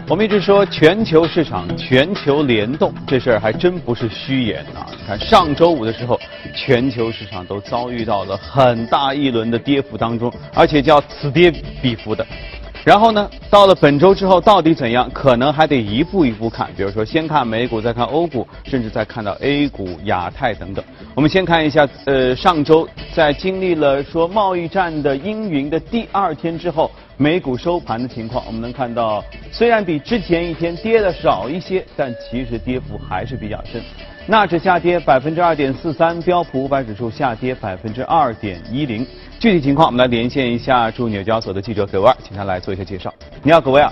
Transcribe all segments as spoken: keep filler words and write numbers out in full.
我们一直说全球市场全球联动，这事儿还真不是虚言啊！你看上周五的时候，全球市场都遭遇到了很大一轮的跌幅当中，而且叫此跌彼伏的。然后呢，到了本周之后到底怎样，可能还得一步一步看。比如说，先看美股，再看欧股，甚至再看到 A 股、亚太等等。我们先看一下，呃，上周在经历了说贸易战的阴云的第二天之后，美股收盘的情况，我们能看到，虽然比之前一天跌的少一些，但其实跌幅还是比较深。纳指下跌百分之二点四三，标普五百指数下跌百分之二点一零。具体情况，我们来连线一下驻纽交所的记者葛维尔，请他来做一下介绍。你好，葛维尔。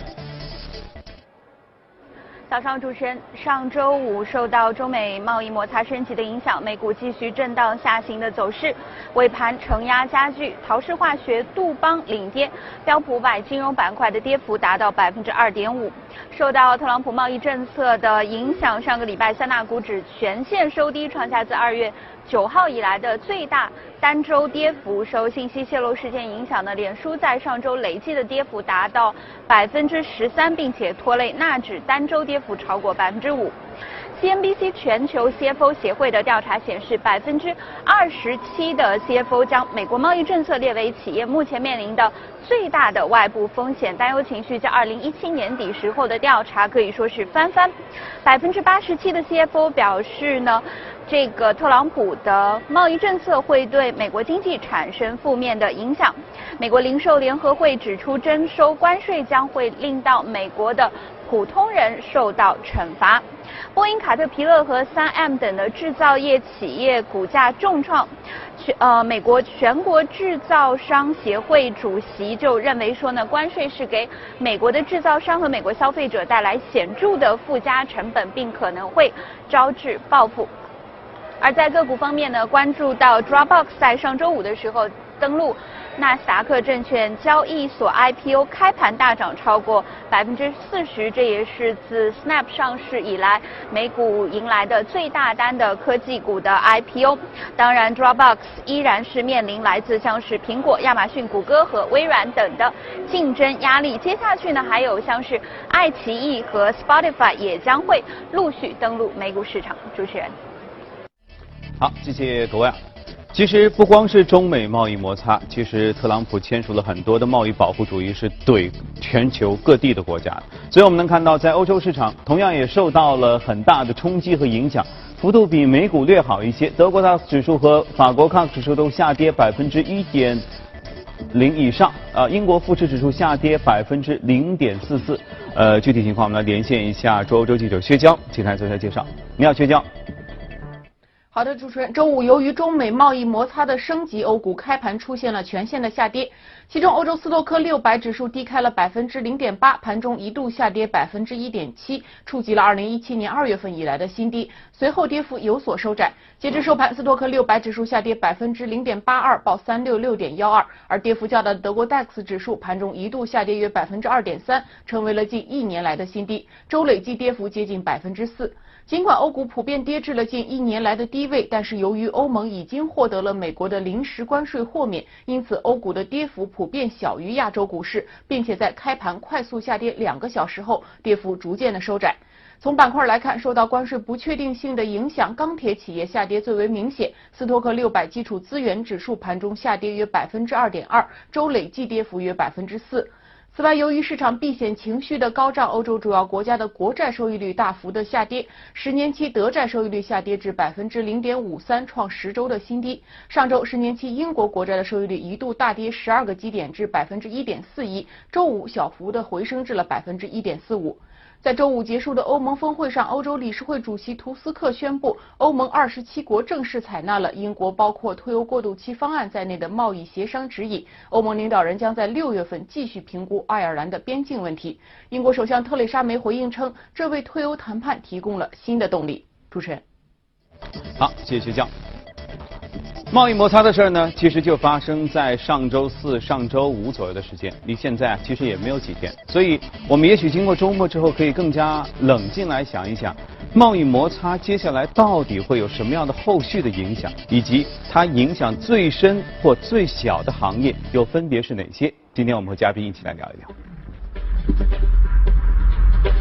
早上，主持人，上周五受到中美贸易摩擦升级的影响，美股继续震荡下行的走势，尾盘承压加剧，陶氏化学、杜邦领跌，标普五百金融板块的跌幅达到百分之二点五。受到特朗普贸易政策的影响，上个礼拜三大股指全线收低，创下自二月九号以来的最大单周跌幅。受信息泄露事件影响呢，脸书在上周累计的跌幅达到百分之十三，并且拖累纳指单周跌幅超过百分之五。C N B C 全球 C F O 协会的调查显示，百分之二十七的 C F O 将美国贸易政策列为企业目前面临的最大的外部风险，担忧情绪较二零一七年底时候的调查可以说是翻番。百分之八十七的 C F O 表示呢，这个特朗普的贸易政策会对美国经济产生负面的影响。美国零售联合会指出，征收关税将会令到美国的普通人受到惩罚。波音、卡特皮勒和三 M 等的制造业企业股价重创。呃，美国全国制造商协会主席就认为说呢，关税是给美国的制造商和美国消费者带来显著的附加成本，并可能会招致报复。而在个股方面呢，关注到 Dropbox 在上周五的时候登陆纳斯达克证券交易所 I P O， 开盘大涨超过百分之四十，这也是自 Snap 上市以来美股迎来的最大单的科技股的 I P O。当然 ，Dropbox 依然是面临来自像是苹果、亚马逊、谷歌和微软等的竞争压力。接下去呢，还有像是爱奇艺和 Spotify 也将会陆续登陆美股市场。主持人， 好，谢谢各位。其实不光是中美贸易摩擦，其实特朗普签署了很多的贸易保护主义，是对全球各地的国家的。所以我们能看到，在欧洲市场同样也受到了很大的冲击和影响，幅度比美股略好一些。德国 D A X 指数和法国 C A C 指数都下跌百分之一点零以上，呃，英国富时指数下跌百分之零点四四。呃，具体情况我们来连线一下驻欧洲记者薛娇，请他做一下介绍。你好，薛娇。 好的，主持人，周五由于中美贸易摩擦的升级，欧股开盘出现了全线的下跌，其中欧洲斯托克六百指数低开了百分之零点八，盘中一度下跌百分之一点七，触及了二零一七年二月份以来的新低，随后跌幅有所收窄。截至收盘，斯托克六百指数下跌百分之零点八二，报三六六点幺二，而跌幅较大的德国 D A X 指数盘中一度下跌约百分之二点三，成为了近一年来的新低，周累计跌幅接近百分之四。尽管欧股普遍跌至了近一年来的低位，但是由于欧盟已经获得了美国的临时关税豁免，因此欧股的跌幅普遍小于亚洲股市，并且在开盘快速下跌两个小时后，跌幅逐渐的收窄。从板块来看，受到关税不确定性的影响，钢铁企业下跌最为明显。斯托克六百基础资源指数盘中下跌约百分之二点二，周累计跌幅约百分之四。此外，由于市场避险情绪的高涨，欧洲主要国家的国债收益率大幅的下跌，十年期德债收益率下跌至百分之零点五三，创十周的新低。上周，十年期英国国债的收益率一度大跌十二个基点至百分之一点四一，周五小幅的回升至了百分之一点四五。在周五结束的欧盟峰会上，欧洲理事会主席图斯克宣布，欧盟二十七国正式采纳了英国包括退欧过渡期方案在内的贸易协商指引。欧盟领导人将在六月份继续评估爱尔兰的边境问题。英国首相特蕾莎梅回应称，这为退欧谈判提供了新的动力。主持人， 好，谢谢薛娇。贸易摩擦的事儿呢，其实就发生在上周四、上周五左右的时间，离现在其实也没有几天，所以我们也许经过周末之后，可以更加冷静来想一想，贸易摩擦接下来到底会有什么样的后续的影响，以及它影响最深或最小的行业又分别是哪些？今天我们和嘉宾一起来聊一聊。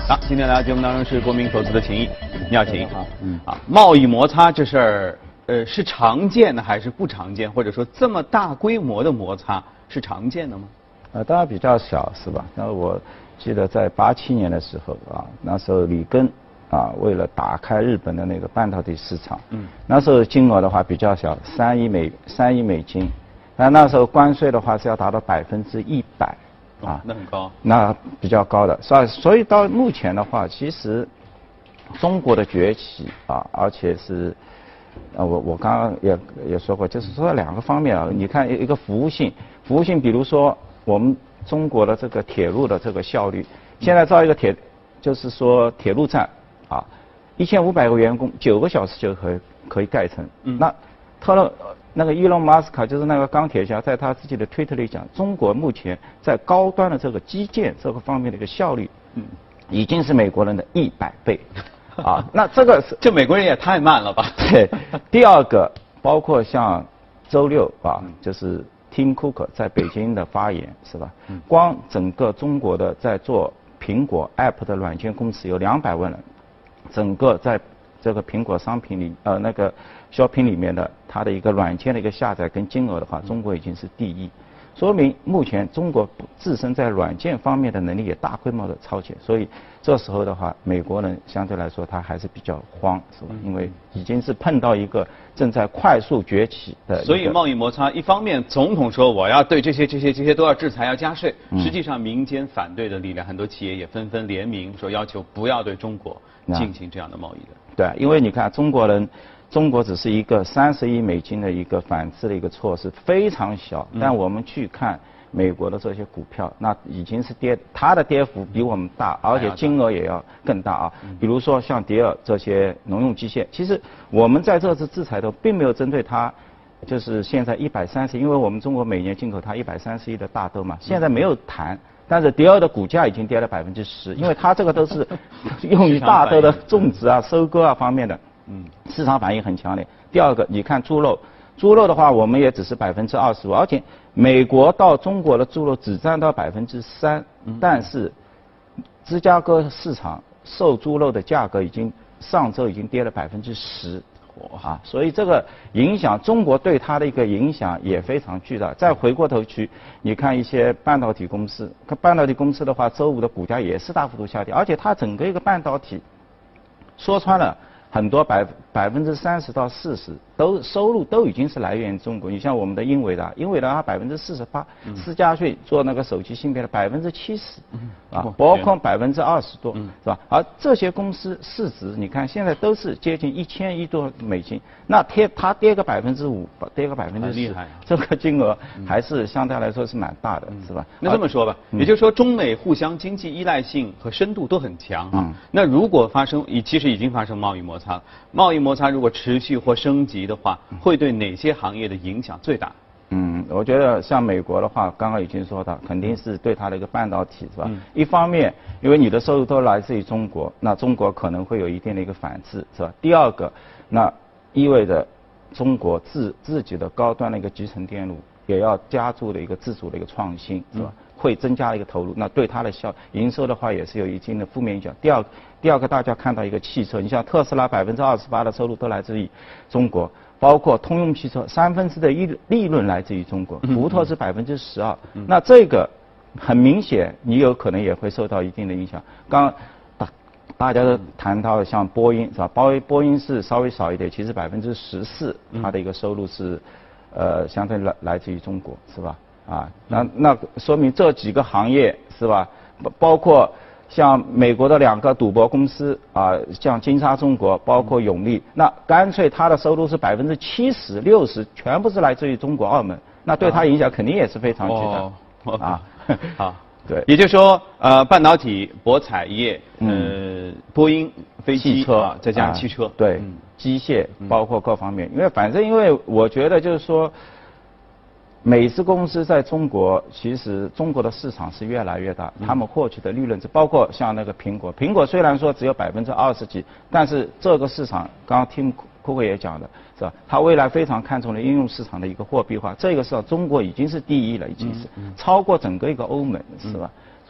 好，今天来到节目当中是国民投资的秦毅，你好，秦毅。 好，嗯， 啊，贸易摩擦这事儿，呃，是常见的还是不常见？或者说这么大规模的摩擦是常见的吗？ 呃，当然比较小，是吧？那我记得在八七年的时候啊，那时候里根啊，为了打开日本的那个半导体市场，嗯，那时候金额的话比较小，三亿美三亿美金，但那时候关税的话是要达到百分之一百。 啊，那很高， 那比较高的，是吧？所以到目前的话，其实中国的崛起啊，而且是，啊，我我刚刚也也说过，就是说两个方面啊，你看一个服务性，服务性，比如说我们中国的这个铁路的这个效率，现在造一个铁，就是说铁路站啊，一千五百个员工，九个小时就可以可以盖成，嗯，那特勒。那个伊隆马斯卡就是那个钢铁侠，在他自己的推特里讲，中国目前在高端的这个基建这个方面的一个效率，嗯，已经是美国人的一百倍，啊，那这个是这美国人也太慢了吧？ 对。第二个，包括像周六啊，就是 Tim Cook 在北京的发言是吧？光整个中国的在做苹果 App 的软件公司有两百万人，整个在这个苹果商品里呃那个 shopping 里面的它的一个软件的一个下载跟金额的话，中国已经是第一，说明目前中国自身在软件方面的能力也大规模的超前，所以这时候的话，美国人相对来说他还是比较慌，是吧？因为已经是碰到一个正在快速崛起的。 所以贸易摩擦，一方面总统说我要对这些这些这些都要制裁要加税，实际上民间反对的力量，很多企业也纷纷联名说要求不要对中国进行这样的贸易的。 对，因为你看中国人，中国只是一个三十亿美金的一个反制的一个措施，非常小。但我们去看美国的这些股票，那已经是跌，它的跌幅比我们大，而且金额也要更大啊。比如说像迪尔这些农用机械，其实我们在这次制裁的并没有针对它，就是现在一百三十，因为我们中国每年进口它一百三十亿的大豆嘛，现在没有谈。但是迪尔的股价已经跌了百分之十，因为它这个都是用于大豆的种植啊、收割啊方面的，嗯，市场反应很强烈。第二个，你看猪肉，猪肉的话，我们也只是百分之二十五，而且美国到中国的猪肉只占到百分之三，但是芝加哥市场瘦猪肉的价格已经上周已经跌了百分之十。啊，所以这个影响中国对它的一个影响也非常巨大。再回过头去，你看一些半导体公司，看半导体公司的话，周五的股价也是大幅度下跌，而且它整个一个半导体，说穿了，很多百百分之三十到四十都收入都已经是来源于中国。你像我们的英伟达，英伟达它百分之四十八，思佳讯做那个手机芯片的百分之七十，啊，博控百分之二十多，是吧？而这些公司市值，你看现在都是接近一千亿多美金，那跌它跌个百分之五，跌个百分之十，这个金额还是相对来说是蛮大的，是吧？ 那这么说吧，也就是说中美互相经济依赖性和深度都很强啊。那如果发生，其实已经发生贸易摩擦，贸易摩擦如果持续或升级的话，会对哪些行业的影响最大？ 嗯，我觉得像美国的话，刚刚已经说到，肯定是对它的一个半导体是吧？嗯、一方面，因为你的收入都来自于中国，那中国可能会有一定的一个反制是吧？第二个，那意味着中国自自己的高端的一个集成电路也要加注的一个自主的一个创新是吧？嗯、会增加一个投入，那对它的销营收的话也是有一定的负面影响。第二，第二个大家看到一个汽车，你像特斯拉百分之二十八的收入都来自于中国。包括通用汽车三分之的利利润来自于中国，福特是百分之十二，那这个很明显，你有可能也会受到一定的影响。刚大大家都谈到像波音是吧？波波音是稍微少一点，其实百分之十四它的一个收入是呃相对来来自于中国是吧？啊，那那说明这几个行业是吧？包包括。像美国的两个赌博公司啊，像金沙中国，包括永利，那干脆它的收入是百分之七十、六十，全部是来自于中国、澳门，那对它影响肯定也是非常巨大。哦、啊， 好， 对， 也就是说，呃，半导体、博彩业，呃，波音、飞机、 汽车， 啊、再加上汽车， 啊、对，嗯、机械，包括各方面，因为反正因为我觉得就是说。美资公司在中国，其实中国的市场是越来越大，他们获取的利润值，包括像那个苹果，苹果虽然说只有百分之二十几，但是这个市场，刚刚听库克也讲的是吧？他未来非常看重的应用市场的一个货币化，这个市场中国已经是第一了，已经是超过整个一个欧盟，是吧？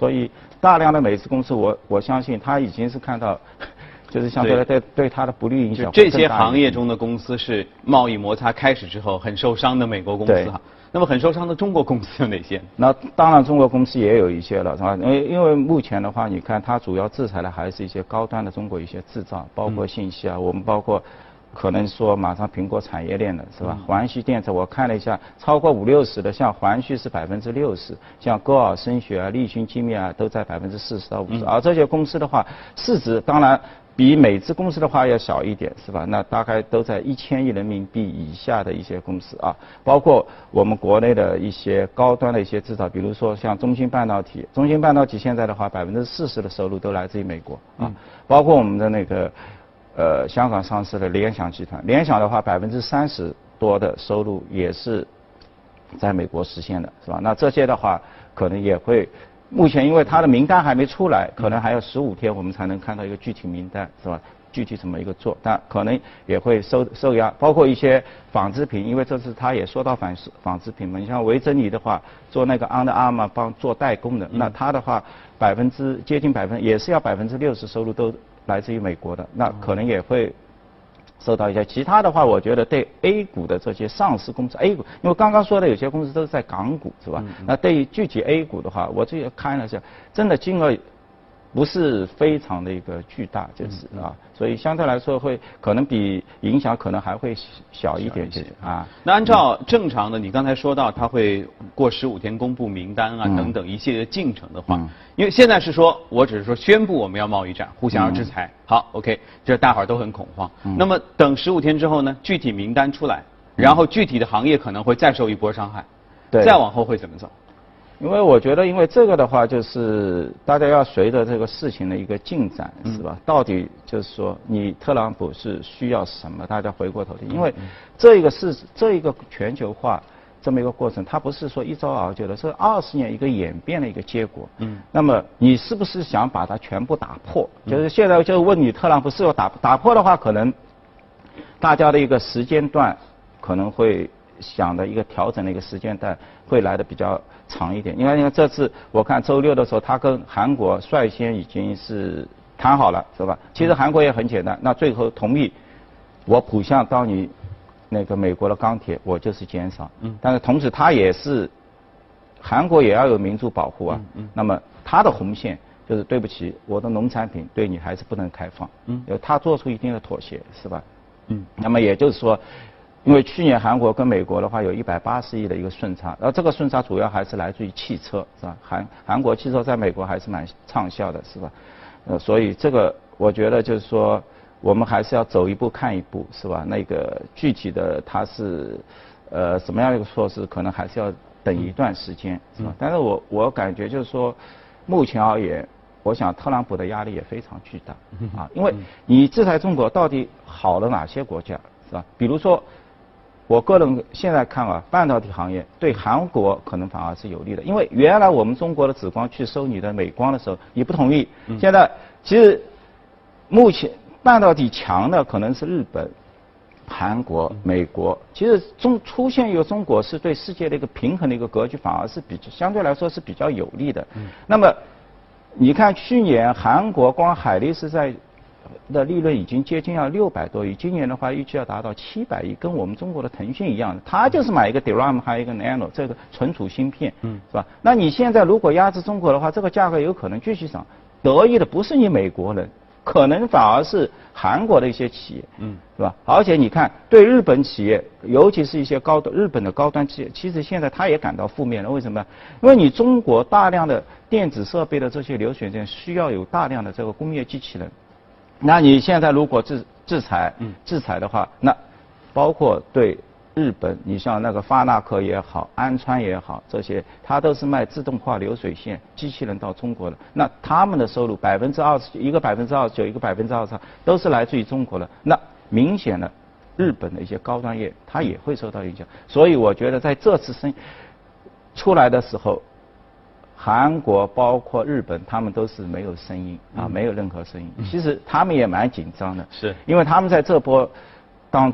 所以大量的美资公司，我我相信他已经是看到，就是相对来对对它的不利影响。 这些行业中的公司是贸易摩擦开始之后很受伤的美国公司哈。那么很受伤的中国公司有哪些？ 那当然，中国公司也有一些了，是吧？因为因为目前的话，你看它主要制裁的还是一些高端的中国一些制造，包括信息啊，嗯、我们包括可能说马上苹果产业链的是吧？环旭电子我看了一下，超过五六十的，像环旭是百分之六十，像歌尔声学啊、立讯机密啊都在百分之四十到五十，而这些公司的话，市值当然。比美资公司的话要小一点，是吧？那大概都在一千亿人民币以下的一些公司啊，包括我们国内的一些高端的一些制造，比如说像中芯半导体，中芯半导体现在的话，百分之四十的收入都来自于美国啊，嗯、包括我们的那个呃香港上市的联想集团，联想的话百分之三十多的收入也是在美国实现的，是吧？那这些的话可能也会。目前因为它的名单还没出来，可能还要十五天我们才能看到一个具体名单，是吧？具体怎么一个做，但可能也会受受压，包括一些纺织品，因为这次他也说到纺纺织品嘛，你像维珍妮的话，做那个 Under Armour 帮做代工的，那他的话百分之接近百分也是要百分之六十收入都来自于美国的，那可能也会。受到一些，其他的话，我觉得对 A 股的这些上市公司 ，A 股，因为刚刚说的有些公司都是在港股，是吧？嗯嗯那对于具体 A 股的话，我这个看了一下，真的金额不是非常的一个巨大，就是啊，所以相对来说会可能比影响可能还会小一点点啊。 那按照正常的，你刚才说到他会过十五天公布名单啊等等一系列的进程的话，嗯、因为现在是说我只是说宣布我们要贸易战，互相要制裁，嗯、好 ，OK， 这大伙儿都很恐慌。嗯、那么等十五天之后呢，具体名单出来，然后具体的行业可能会再受一波伤害，对，再往后会怎么走？ 因为我觉得，因为这个的话，就是大家要随着这个事情的一个进展，是吧？到底就是说，你特朗普是需要什么？大家回过头去，因为这一个是这一个全球化这么一个过程，它不是说一朝而就的，是二十年一个演变的一个结果。嗯。那么你是不是想把它全部打破？就是现在就问你，特朗普是否打打破的话，可能大家的一个时间段可能会想的一个调整的一个时间段会来的比较长一点，因为因为这次我看周六的时候，他跟韩国率先已经是谈好了，是吧？其实韩国也很简单，那最后同意我普向到你那个美国的钢铁，我就是减少。嗯。但是同时他也是韩国也要有民主保护啊。嗯。嗯那么他的红线就是对不起，我的农产品对你还是不能开放。嗯。他做出一定的妥协，是吧？嗯。那么也就是说。因为去年韩国跟美国的话有一百八十亿的一个顺差，而这个顺差主要还是来自于汽车，是吧？韩韩国汽车在美国还是蛮畅销的，是吧？呃，所以这个我觉得就是说，我们还是要走一步看一步，是吧？那个具体的它是呃什么样的一个措施，可能还是要等一段时间，是吧？但是我我感觉就是说，目前而言，我想特朗普的压力也非常巨大啊，因为你制裁中国到底好了哪些国家，是吧？比如说。我个人现在看啊，半导体行业对韩国可能反而是有利的，因为原来我们中国的紫光去收你的美光的时候，你不同意。嗯、现在其实目前半导体强的可能是日本、韩国、美国。其实中出现一个中国是对世界的一个平衡的一个格局，反而是比相对来说是比较有利的。嗯、那么你看去年韩国光海力士在。的利润已经接近要六百多亿，今年的话预计要达到七百亿，跟我们中国的腾讯一样的，它就是买一个 D RAM 还有一个 Nano 这个存储芯片，嗯，是吧？那你现在如果压制中国的话，这个价格有可能继续涨，得益的不是你美国人，可能反而是韩国的一些企业，嗯，是吧？而且你看，对日本企业，尤其是一些高端日本的高端企业，其实现在他也感到负面了。为什么？因为你中国大量的电子设备的这些流水线需要有大量的这个工业机器人。那你现在如果制制裁，制裁的话，那包括对日本，你像那个发那科也好，安川也好，这些它都是卖自动化流水线机器人到中国的，那他们的收入百分之二十，一个百分之二十九，一个百分之二十，都是来自于中国的。那明显的，日本的一些高端业它也会受到影响。所以我觉得在这次生出来的时候。韩国包括日本，他们都是没有声音啊，没有任何声音。其实他们也蛮紧张的， 是因为他们在这波当中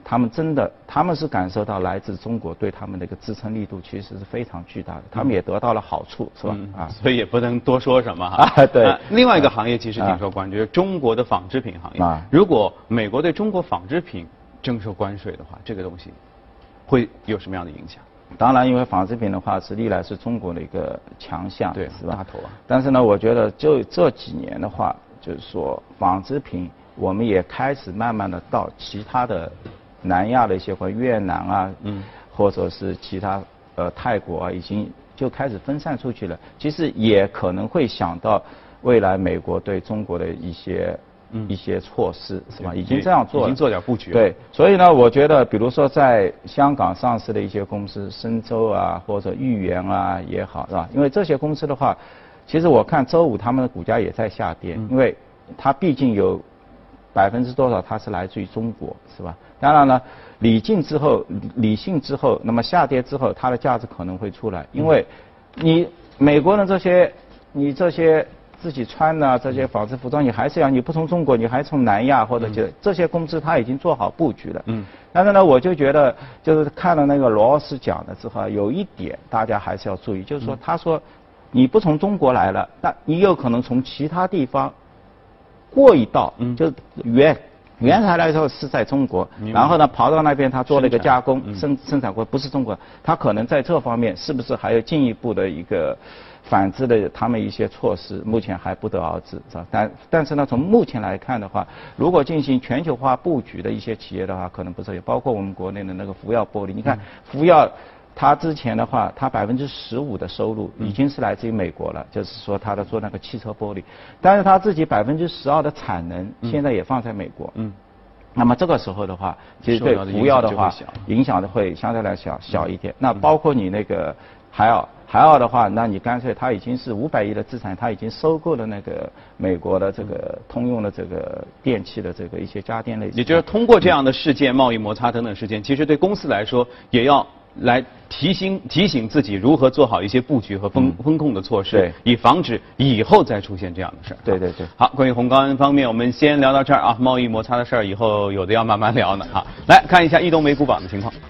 他们真的，他们是感受到来自中国对他们的一个支撑力度其实是非常巨大的，他们也得到了好处，是吧？ 嗯、 啊， 所以也不能多说什么哈。 啊，对、 啊。另外一个行业其实挺受关注，就是中国的纺织品行业。啊，如果美国对中国纺织品征收关税的话，这个东西会有什么样的影响？ 当然，因为纺织品的话是历来是中国的一个强项， 对， 是吧？ 大头啊。 但是呢，我觉得就这几年的话，就是说纺织品，我们也开始慢慢的到其他的。南亚的一些，或越南啊，嗯，或者是其他呃泰国啊，已经就开始分散出去了。其实也可能会想到未来美国对中国的一些、嗯、一些措施，是吧？已经这样做了， 已经做点布局了。 对，所以呢，我觉得，比如说在香港上市的一些公司，申洲啊，或者豫园啊也好，是吧？因为这些公司的话，其实我看周五他们的股价也在下跌，嗯、因为它毕竟有百分之多少它是来自于中国，是吧？当然了，理性之后，理性之后，那么下跌之后，它的价值可能会出来，因为你美国的这些，你这些自己穿的这些纺织服装，你还是要，你不从中国，你还从南亚或者这这些公司，它已经做好布局了。嗯。但是呢，我就觉得，就是看了那个罗斯讲的之后，有一点大家还是要注意，就是说，他说，你不从中国来了，那你有可能从其他地方过一道，嗯，就原。原材来说是在中国，然后呢跑到那边他做了一个加工生生产过，不是中国，他可能在这方面是不是还有进一步的一个反制的他们一些措施，目前还不得而知，是吧？但但是呢，从目前来看的话，如果进行全球化布局的一些企业的话，可能不是有，包括我们国内的那个福耀玻璃，你看福耀。它之前的话，它百分之十五的收入已经是来自于美国了，嗯、就是说它的做那个汽车玻璃，但是它自己百分之十二的产能现在也放在美国。嗯。那么这个时候的话，其实对福耀的话，影响的会相对来小小一点。嗯、那包括你那个海尔，海尔的话，那你干脆它已经是五百亿的资产，它已经收购了那个美国的这个通用的这个电器的这个一些家电类。 也就是通过这样的事件、贸易摩擦等等事件，其实对公司来说也要。来提醒提醒自己如何做好一些布局和风风控的措施， 对， 以防止以后再出现这样的事儿。 对对对。 好，关于宏观方面，我们先聊到这儿啊。贸易摩擦的事儿，以后有的要慢慢聊呢。哈，来看一下异动美股榜的情况。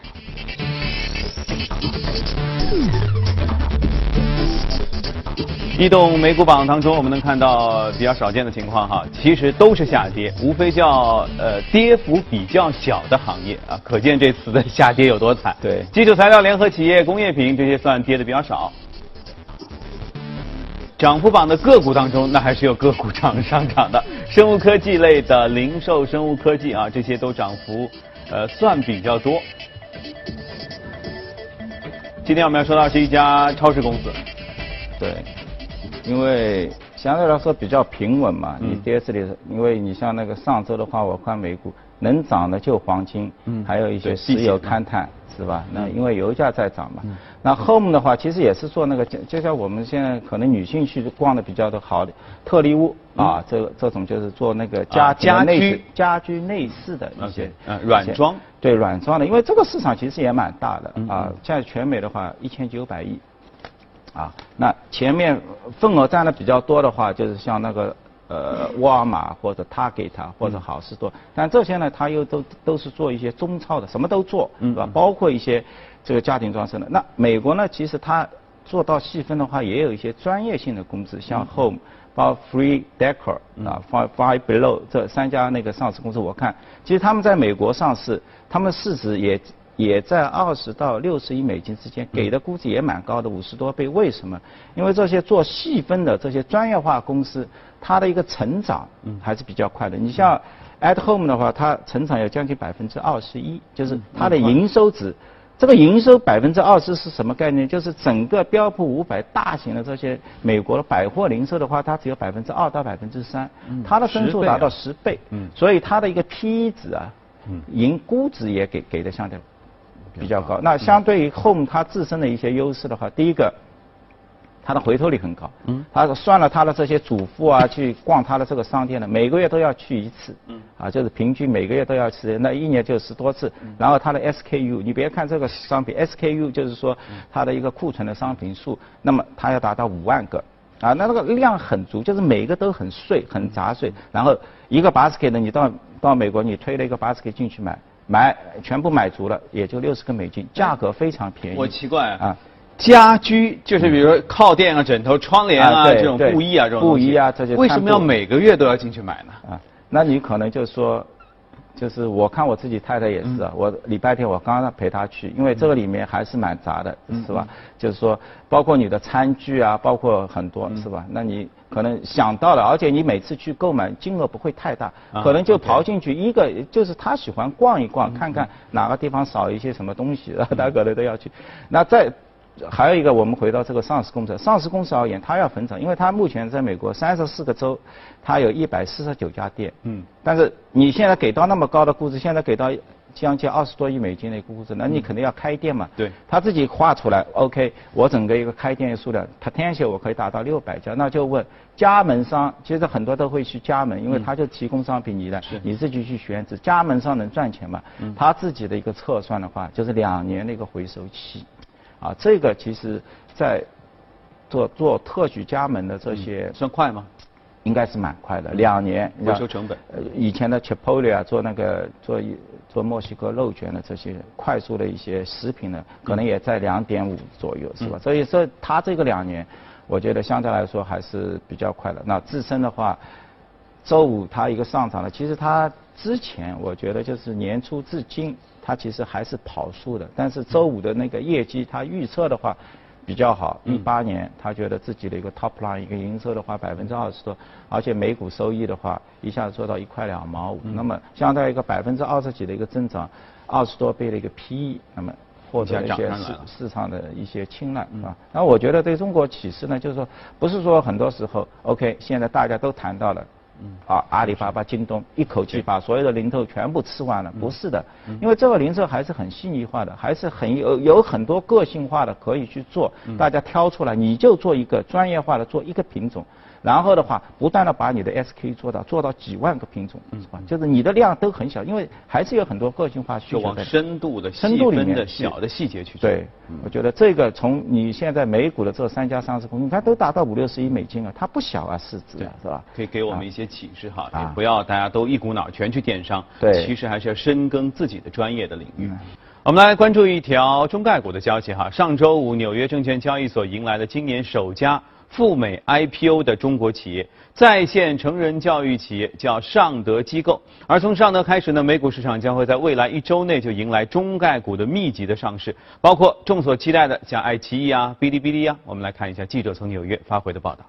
异动美股榜当中，我们能看到比较少见的情况哈，其实都是下跌，无非叫呃跌幅比较小的行业啊，可见这次的下跌有多惨。 对， 基础材料、联合企业、工业品这些算跌的比较少。涨幅榜的个股当中，那还是有个股涨上涨的，生物科技类的零售、生物科技啊，这些都涨幅呃算比较多。今天我们要说到是一家超市公司， 对。因为相对来说比较平稳嘛，你跌这里，因为你像那个上周的话，我看美股能涨的就黄金，嗯，还有一些石油、勘探，是吧？那因为油价在涨嘛。那 Home 的话，其实也是做那个，就像我们现在可能女性去逛的比较的好的特力屋啊，这这种就是做那个家家居家居内饰的一些呃软装， 对软装的，因为这个市场其实也蛮大的啊，现在全美的话一千九百亿。啊，那前面份额占的比较多的话，就是像那个呃沃尔玛或者 Target 或者好事多，嗯、但这些呢，它又都都是做一些中超的，什么都做，是吧？嗯、包括一些这个家庭装饰的。那美国呢，其实它做到细分的话，也有一些专业性的公司，像 Home、包括 Free Decor 啊 ，Five Five Below 这三家那个上市公司，我看其实他们在美国上市，他们市值也。也在二十到六十亿美金之间，给的估值也蛮高的，五十多倍。为什么？因为这些做细分的这些专业化公司，它的一个成长还是比较快的。你像 At Home 的话，它成长有将近百分之二十一，就是它的营收值。这个营收百分之二十是什么概念？就是整个标普五百大型的这些美国的百货零售的话，它只有百分之二到百分之三，它的分数达到十倍，嗯，所以它的一个 P E 值啊，嗯，盈估值也给给的相对。比较高。那相对于 Home 它自身的一些优势的话，第一个，它的回头率很高。嗯。它算了它的这些主妇啊，去逛它的这个商店的，每个月都要去一次。嗯。啊，就是平均每个月都要去，那一年就十多次。嗯。然后它的 S K U， 你别看这个商品 ，S K U 就是说它的一个库存的商品数，那么它要达到五万个。啊，那那个量很足，就是每一个都很碎、很杂碎。然后一个 basket 呢，你到到美国，你推了一个 basket 进去买。 买全部买足了，也就六十个美金，价格非常便宜。 我奇怪啊。 家居就是比如说靠垫啊、枕头、窗帘啊、 啊这种布衣啊这种布衣啊这些， 为什么要每个月都要进去买呢？ 啊，那你可能就说，就是我看我自己太太也是啊，嗯、我礼拜天我刚刚陪她去，因为这个里面还是蛮杂的，嗯、是吧？嗯、就是说，包括你的餐具啊，包括很多，嗯、是吧？那你可能想到了，而且你每次去购买金额不会太大，啊、可能就跑进去一个，就是他喜欢逛一逛，嗯、看看哪个地方少一些什么东西，嗯、他可能都要去。那在还有一个，我们回到这个上市公司，上市公司而言，它要分成，因为它目前在美国三十四个州，它有一百四十九家店。嗯。但是你现在给到那么高的估值，现在给到将近二十多亿美金的一个估值，那你肯定要开店嘛。 对。 他自己画出来 ，OK， 我整个一个开店的数量 ，potential 我可以达到六百家，那就问加盟商，其实很多都会去加盟，因为他就提供商品，你的你自己去选址，加盟商能赚钱嘛？嗯。他自己的一个测算的话，就是两年的一个回收期。啊，这个其实，在做做特许加盟的这些、 嗯、算快吗？ 应该是蛮快的，两年回收成本。 呃，以前的 Chipotle 啊，做那个做做墨西哥肉卷的这些快速的一些食品呢，可能也在两点五左右，是吧？嗯、所以说它这个两年，我觉得相对来说还是比较快的。那自身的话，周五它一个上涨了，其实它之前我觉得就是年初至今。它其实还是跑输的，但是周五的那个业绩，它预测的话比较好。一八年，他觉得自己的一个 top line 一个营收的话百分之二十多，而且每股收益的话一下子做到一块两毛五，嗯、那么相当于一个百分之二十几的一个增长，二十多倍的一个 P E， 那么获得一些市市场的一些青睐啊。那我觉得对中国启示呢，就是说不是说很多时候 OK， 现在大家都谈到了。嗯啊，阿里巴巴、京东一口气把所有的零售全部吃完了，不是的，因为这个零售还是很细腻化的，还是很有有很多个性化的可以去做，大家挑出来，你就做一个专业化的做一个品种，然后的话不断的把你的 S K 做到做到几万个品种，是吧？就是你的量都很小，因为还是有很多个性化需求。 就往深度的、深度里面的小的细节去做。 对，我觉得这个从你现在美股的这三家上市公司，你看都达到五六十亿美金啊，它不小啊，市值啊，是吧？ 可以给我们一些启示哈，也不要大家都一股脑全去电商， 对， 其实还是要深耕自己的专业的领域。我们来关注一条中概股的消息哈，上周五纽约证券交易所迎来了今年首家赴美 I P O 的中国企业，在线成人教育企业叫尚德机构。而从上德开始呢，美股市场将会在未来一周内就迎来中概股的密集的上市，包括众所期待的像爱奇艺啊、哔哩哔哩啊。我们来看一下记者从纽约发回的报道。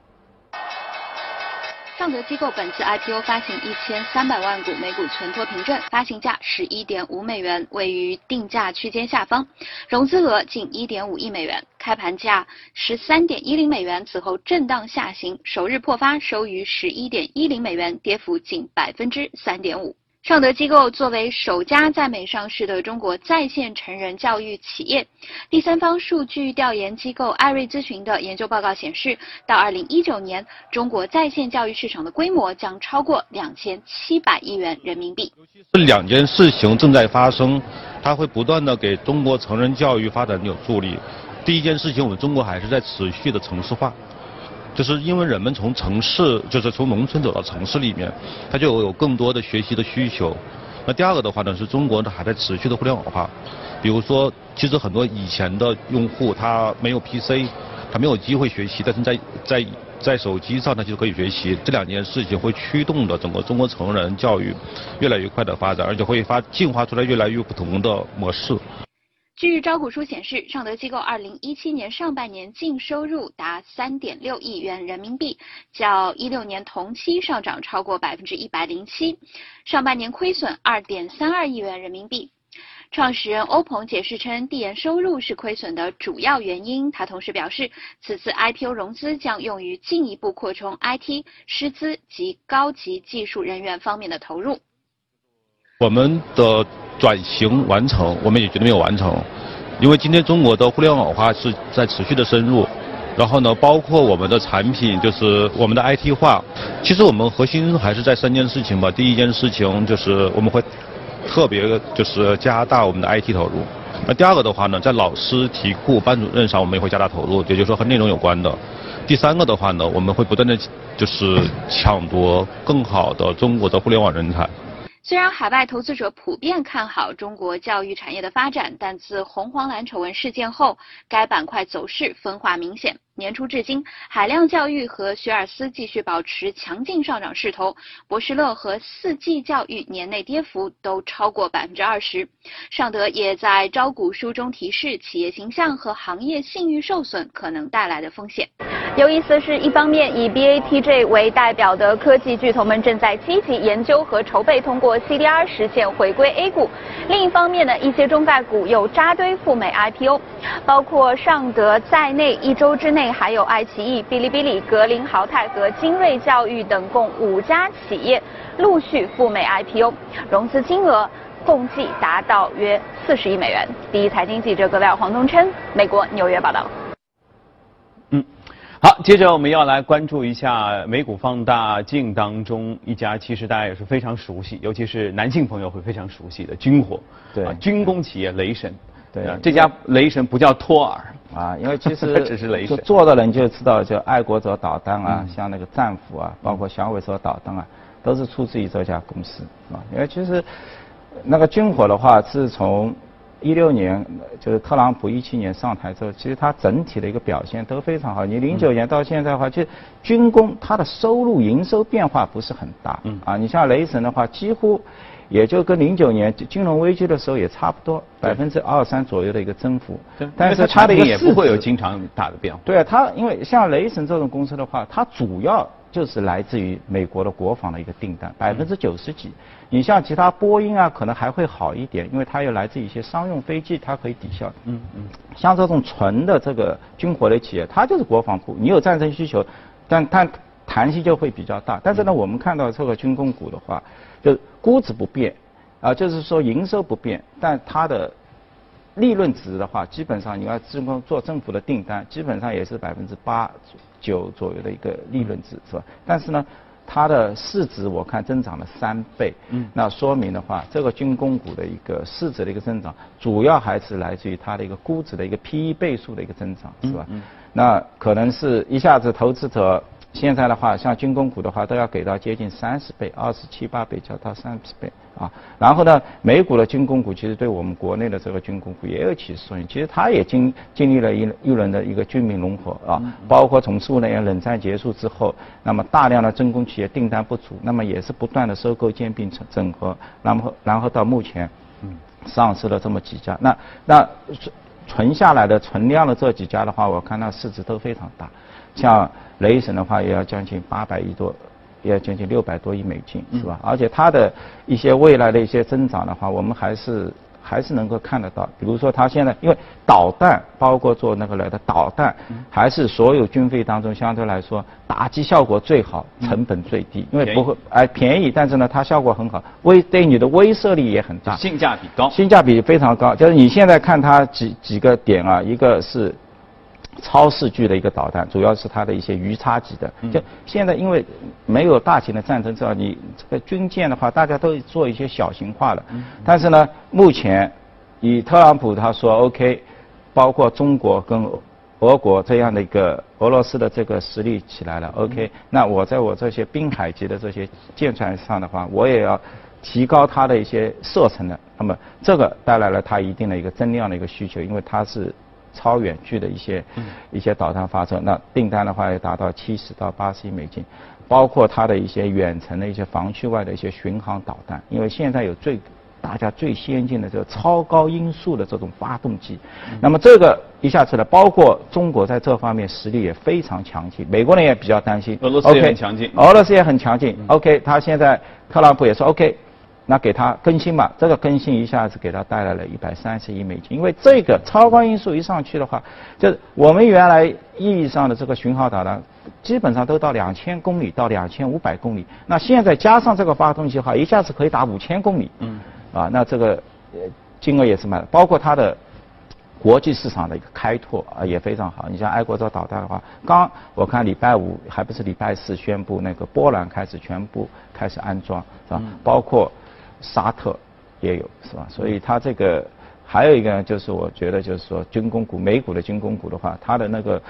尚德机构本次 I P O 发行一千三百万股美股存托凭证，发行价十一点五美元，位于定价区间下方，融资额近一点五亿美元，开盘价十三点一零美元，此后震荡下行，首日破发收于十一点一零美元，跌幅近百分之三点五。尚德机构作为首家在美上市的中国在线成人教育企业，第三方数据调研机构艾瑞咨询的研究报告显示，到二零一九年，中国在线教育市场的规模将超过两千七百亿元人民币。 这两件事情正在发生，它会不断的给中国成人教育发展有助力。第一件事情，我们中国还是在持续的城市化。就是因为人们从城市，就是从农村走到城市里面，他就有更多的学习的需求。那第二个的话呢，是中国呢还在持续的互联网化。比如说，其实很多以前的用户他没有 P C， 他没有机会学习，但是在在在手机上他就可以学习。这两件事情会驱动的整个中国成人教育越来越快的发展，而且会发进化出来越来越不同的模式。 据招股书显示，尚德机构二零一七年上半年净收入达三点六亿元人民币，较一六年同期上涨超过百分之一百零七。上半年亏损二点三二亿元人民币。创始人欧鹏解释称，递延收入是亏损的主要原因。他同时表示，此次 I P O 融资将用于进一步扩充 I T、师资及高级技术人员方面的投入。 我们的转型完成，我们也觉得没有完成，因为今天中国的互联网化是在持续的深入，然后呢，包括我们的产品，就是我们的 I T 化，其实我们核心还是在三件事情吧。第一件事情就是我们会特别就是加大我们的 I T 投入，那第二个的话呢，在老师、题库、班主任上我们也会加大投入，也就是说和内容有关的。第三个的话呢，我们会不断的就是抢夺更好的中国的互联网人才。 虽然海外投资者普遍看好中国教育产业的发展，但自红黄蓝丑闻事件后，该板块走势分化明显。年初至今，海量教育和学而思继续保持强劲上涨势头，博士乐和四季教育年内跌幅都超过百分之二十。尚德也在招股书中提示，企业形象和行业信誉受损可能带来的风险。 有意思的是，一方面以 B A T J 为代表的科技巨头们正在积极研究和筹备通过 C D R 实现回归 A 股，另一方面呢，一些中概股又扎堆赴美 I P O， 包括尚德在内，一周之内还有爱奇艺、哔哩哔哩、格林豪泰和精锐教育等共五家企业陆续赴美 I P O， 融资金额共计达到约四十亿美元。第一财经记者葛亮、黄东琛，美国纽约报道。 嗯。好，接着我们要来关注一下美股放大镜当中一家，其实大家也是非常熟悉，尤其是男性朋友会非常熟悉的军火， 对， 啊，军工企业雷神。 对， 啊、这家雷神不叫托尔啊，因为其实只是雷神， 就做的人就知道，就爱国者导弹啊， 嗯、 像那个战斧啊，包括响尾蛇导弹啊，都是出自于这家公司啊。因为其实那个军火的话，是从一六年就是特朗普一七年上台之后，其实它整体的一个表现都非常好。你零九年到现在的话，就军工它的收入营收变化不是很大，嗯啊，你像雷神的话，几乎也就跟零九年金融危机的时候也差不多，百分之二三左右的一个增幅。但是它的一个也不会有经常大的变化。 对啊，它因为像雷神这种公司的话，它主要就是来自于美国的国防的一个订单，百分之九十几。你像其他波音啊，可能还会好一点，因为它又来自一些商用飞机，它可以抵消。嗯嗯。像这种纯的这个军火类企业，它就是国防部，你有战争需求，但它弹性就会比较大。但是呢，我们看到这个军工股的话，就估值不变，啊，就是说营收不变，但它的利润值的话，基本上你要政府做政府的订单，基本上也是百分之八九左右的一个利润值，是吧？但是呢，它的市值我看增长了三倍，嗯，那说明的话，这个军工股的一个市值的一个增长，主要还是来自于它的一个估值的一个 P E 倍数的一个增长，是吧？嗯，那可能是一下子投资者。现在的话，像军工股的话，都要给到接近三十倍，二十七八倍，叫到三十倍啊。然后呢，美股的军工股其实对我们国内的这个军工股也有起作用。其实它也经经历了一一轮的一个军民融合啊，嗯、包括从苏联冷战结束之后，那么大量的军工企业订单不足，那么也是不断的收购兼并整整合，然后然后到目前，嗯，上市了这么几家。那那存下来的存量的这几家的话，我看它市值都非常大，像雷神的话也要将近八百亿多，也要将近六百多亿美金，是吧？嗯、而且它的一些未来的一些增长的话，我们还是还是能够看得到。比如说它现在因为导弹，包括做那个来的导弹，嗯、还是所有军费当中相对来说打击效果最好，成本最低，嗯、因为不会哎便宜，但是呢它效果很好，威对你的威慑力也很大， 性价比高， 性价比非常高。就是你现在看它几几个点啊，一个是超视距的一个导弹，主要是它的一些鱼叉级的。就现在因为没有大型的战争，知道你这个军舰的话，大家都做一些小型化了。但是呢，目前以特朗普他说 OK， 包括中国跟俄国这样的一个俄罗斯的这个实力起来了 ，OK， 那我在我这些滨海级的这些舰船上的话，我也要提高它的一些射程的。那么这个带来了它一定的一个增量的一个需求，因为它是超远距的一些、嗯、一些导弹发射，那订单的话要达到七十到八十亿美金，包括它的一些远程的一些防区外的一些巡航导弹，因为现在有最大家最先进的这个超高音速的这种发动机，嗯、那么这个一下子呢，包括中国在这方面实力也非常强劲，美国人也比较担心， 俄罗斯也很强劲， okay, 俄罗斯也很强劲、嗯、，OK， 他现在特朗普也说 OK。那给它更新吧，这个更新一下子给它带来了一百三十亿美金，因为这个超高音速一上去的话，就是我们原来意义上的这个巡航导弹，基本上都到两千公里到两千五百公里，那现在加上这个发动机的话，一下子可以打五千公里，嗯，啊，那这个金额也是蛮，包括它的国际市场的一个开拓啊也非常好。你像爱国者导弹的话，刚我看礼拜五还不是礼拜四宣布那个波兰开始全部开始安装，是吧？嗯、包括沙特也有，是吧？所以它这个还有一个呢，就是我觉得就是说军工股，美股的军工股的话，它的那个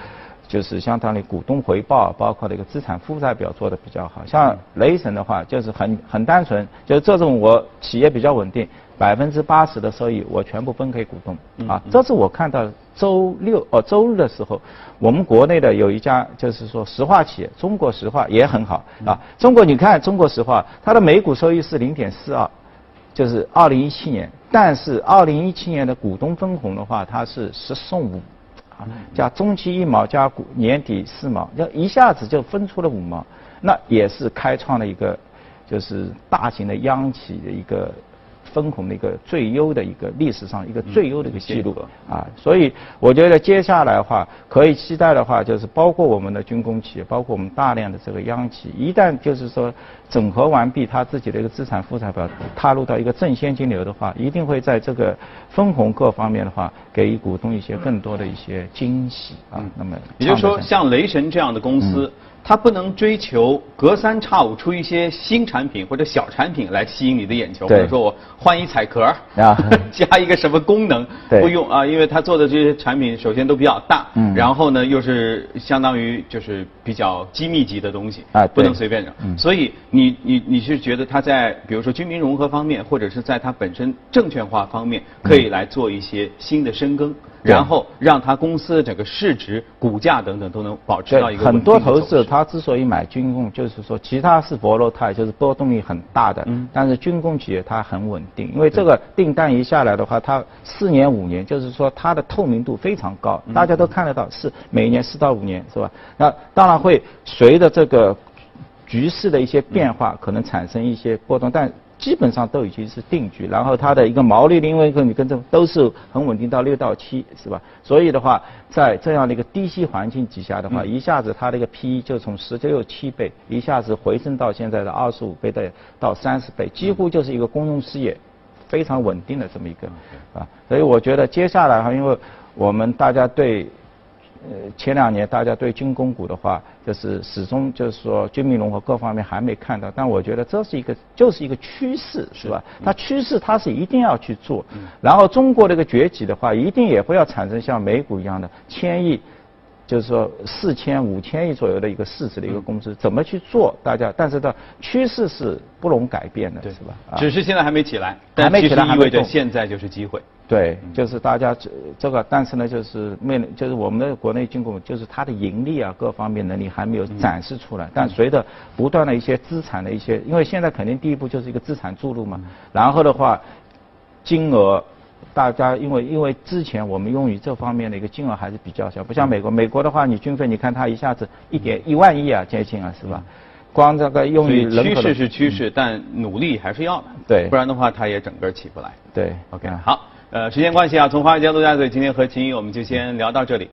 就是相当于股东回报，包括这个资产负债表做得比较好。像雷神的话，就是很很单纯，就是这种我企业比较稳定，百分之八十的收益我全部分给股东啊。这是我看到周六哦周日的时候，我们国内的有一家就是说石化企业，中国石化也很好啊。中国你看中国石化，它的每股收益是零点四二，就是二零一七年，但是二零一七年的股东分红的话，它是十送五。啊，加中期一毛加股年底四毛，要一下子就分出了五毛，那也是开创了一个就是大型的央企的一个分红的一个最优的一个历史上一个最优的一个记录啊，所以我觉得接下来的话可以期待的话，就是包括我们的军工企业，包括我们大量的这个央企，一旦就是说整合完毕，它自己的一个资产负债表踏入到一个正现金流的话，一定会在这个分红各方面的话，给予股东一些更多的一些惊喜啊。嗯、那么也就是说，像雷神这样的公司。嗯它不能追求隔三差五出一些新产品或者小产品来吸引你的眼球，或者说我换一彩壳啊，加一个什么功能，不用啊，因为它做的这些产品首先都比较大，嗯，然后呢又是相当于就是比较机密级的东西啊，不能随便整。嗯、所以你你你是觉得它在比如说军民融合方面，或者是在它本身证券化方面，可以来做一些新的深耕。然后让它公司的整个市值、股价等等都能保持到一个稳定的走势。很多投资者他之所以买军工，就是说其他是薄弱态，就是波动率很大的，嗯、但是军工企业它很稳定，因为这个订单一下来的话，它四年五年，就是说它的透明度非常高，大家都看得到，是每年四到五年，是吧？那当然会随着这个局势的一些变化，可能产生一些波动，但基本上都已经是定局，然后它的一个毛利率，因为跟你跟这都是很稳定到六到七，是吧？所以的话，在这样的一个低息环境底下的话，嗯、一下子它的一个 P E 就从十六七倍，一下子回升到现在的二十五倍的到三十倍，几乎就是一个公用事业非常稳定的这么一个啊。所以我觉得接下来哈，因为我们大家对。呃，前两年大家对军工股的话，就是始终就是说军民融合各方面还没看到，但我觉得这是一个就是一个趋势，是吧？它趋势它是一定要去做，然后中国这个崛起的话，一定也会要产生像美股一样的千亿。就是说四千五千亿左右的一个市值的一个公司，怎么去做？大家，但是的趋势是不容改变的，是吧？ 只是现在还没起来，但其实意味着现在就是机会。 对，就是大家这这个，但是呢，就是面临就是我们的国内军工，就是它的盈利啊，各方面能力还没有展示出来。但随着不断的一些资产的一些，因为现在肯定第一步就是一个资产注入嘛，然后的话，金额。大家因为因为之前我们用于这方面的一个金额还是比较小，不像美国，美国的话你军费你看它一下子一点一万亿啊接近啊是吧？光这个用于人口的趋势是趋势，但努力还是要的， 对， 不然的话它也整个起不来。 对 ，OK， 好，呃，时间关系啊，从华尔街陆家嘴今天和秦毅我们就先聊到这里。